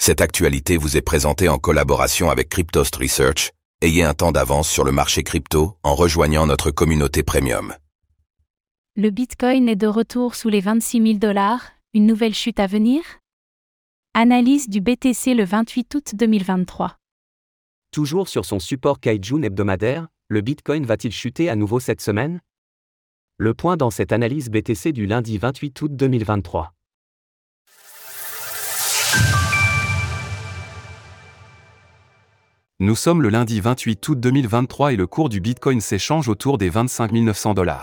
Cette actualité vous est présentée en collaboration avec Cryptost Research. Ayez un temps d'avance sur le marché crypto en rejoignant notre communauté premium. Le Bitcoin est de retour sous les 26 000 $, une nouvelle chute à venir? Analyse du BTC le 28 août 2023. Toujours sur son support Kijun hebdomadaire, le Bitcoin va-t-il chuter à nouveau cette semaine? Le point dans cette analyse BTC du lundi 28 août 2023. Nous sommes le lundi 28 août 2023 et le cours du Bitcoin s'échange autour des 25 900 $.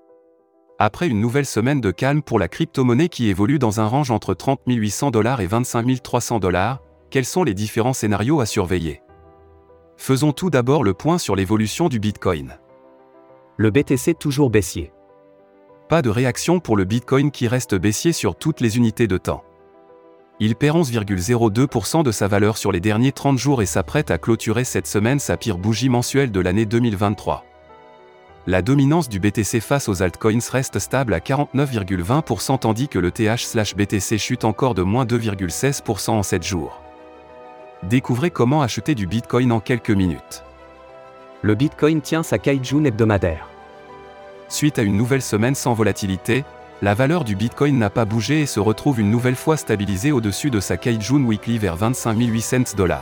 Après une nouvelle semaine de calme pour la crypto-monnaie qui évolue dans un range entre 30 800 $ et 25 300 $, quels sont les différents scénarios à surveiller? Faisons tout d'abord le point sur l'évolution du Bitcoin. Le BTC toujours baissier. Pas de réaction pour le Bitcoin qui reste baissier sur toutes les unités de temps. Il perd 11,02% de sa valeur sur les derniers 30 jours et s'apprête à clôturer cette semaine sa pire bougie mensuelle de l'année 2023. La dominance du BTC face aux altcoins reste stable à 49,20% tandis que le TH/BTC chute encore de moins 2,16% en 7 jours. Découvrez comment acheter du Bitcoin en quelques minutes. Le Bitcoin tient sa Kijun hebdomadaire. Suite à une nouvelle semaine sans volatilité, la valeur du Bitcoin n'a pas bougé et se retrouve une nouvelle fois stabilisée au-dessus de sa Kijun Weekly vers 25 800 $.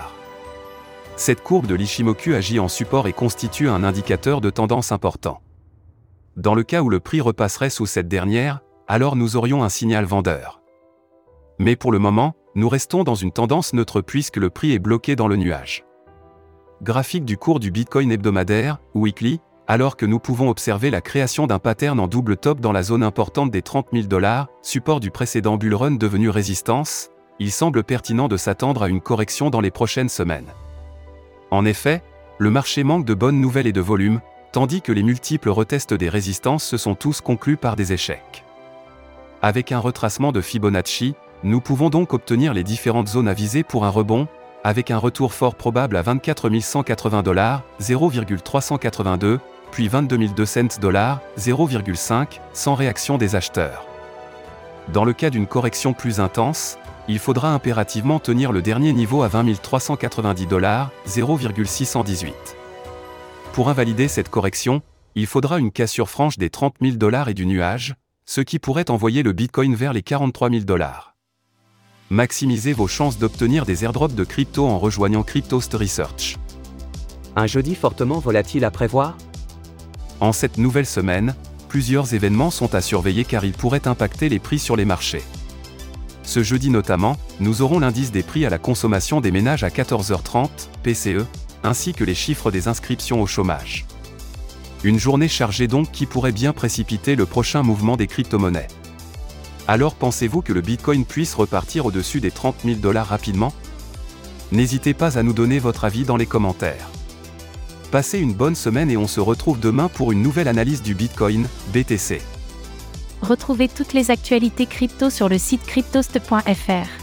Cette courbe de l'Ichimoku agit en support et constitue un indicateur de tendance important. Dans le cas où le prix repasserait sous cette dernière, alors nous aurions un signal vendeur. Mais pour le moment, nous restons dans une tendance neutre puisque le prix est bloqué dans le nuage. Graphique du cours du Bitcoin hebdomadaire, Weekly, alors que nous pouvons observer la création d'un pattern en double top dans la zone importante des 30 000 $, support du précédent bull run devenu résistance, il semble pertinent de s'attendre à une correction dans les prochaines semaines. En effet, le marché manque de bonnes nouvelles et de volume, tandis que les multiples retests des résistances se sont tous conclus par des échecs. Avec un retracement de Fibonacci, nous pouvons donc obtenir les différentes zones à viser pour un rebond, avec un retour fort probable à 24 180 $, 0,382, puis 22 200 $, 0,5, sans réaction des acheteurs. Dans le cas d'une correction plus intense, il faudra impérativement tenir le dernier niveau à 20 390 $, 0,618. Pour invalider cette correction, il faudra une cassure franche des 30 000 $ et du nuage, ce qui pourrait envoyer le Bitcoin vers les 43 000 $. Maximisez vos chances d'obtenir des airdrops de crypto en rejoignant Cryptost Research. Un jeudi fortement volatile à prévoir? En cette nouvelle semaine, plusieurs événements sont à surveiller car ils pourraient impacter les prix sur les marchés. Ce jeudi notamment, nous aurons l'indice des prix à la consommation des ménages à 14h30, PCE, ainsi que les chiffres des inscriptions au chômage. Une journée chargée donc qui pourrait bien précipiter le prochain mouvement des crypto-monnaies. Alors pensez-vous que le Bitcoin puisse repartir au-dessus des 30 000 $ rapidement? N'hésitez pas à nous donner votre avis dans les commentaires. Passez une bonne semaine et on se retrouve demain pour une nouvelle analyse du Bitcoin, BTC. Retrouvez toutes les actualités crypto sur le site cryptost.fr.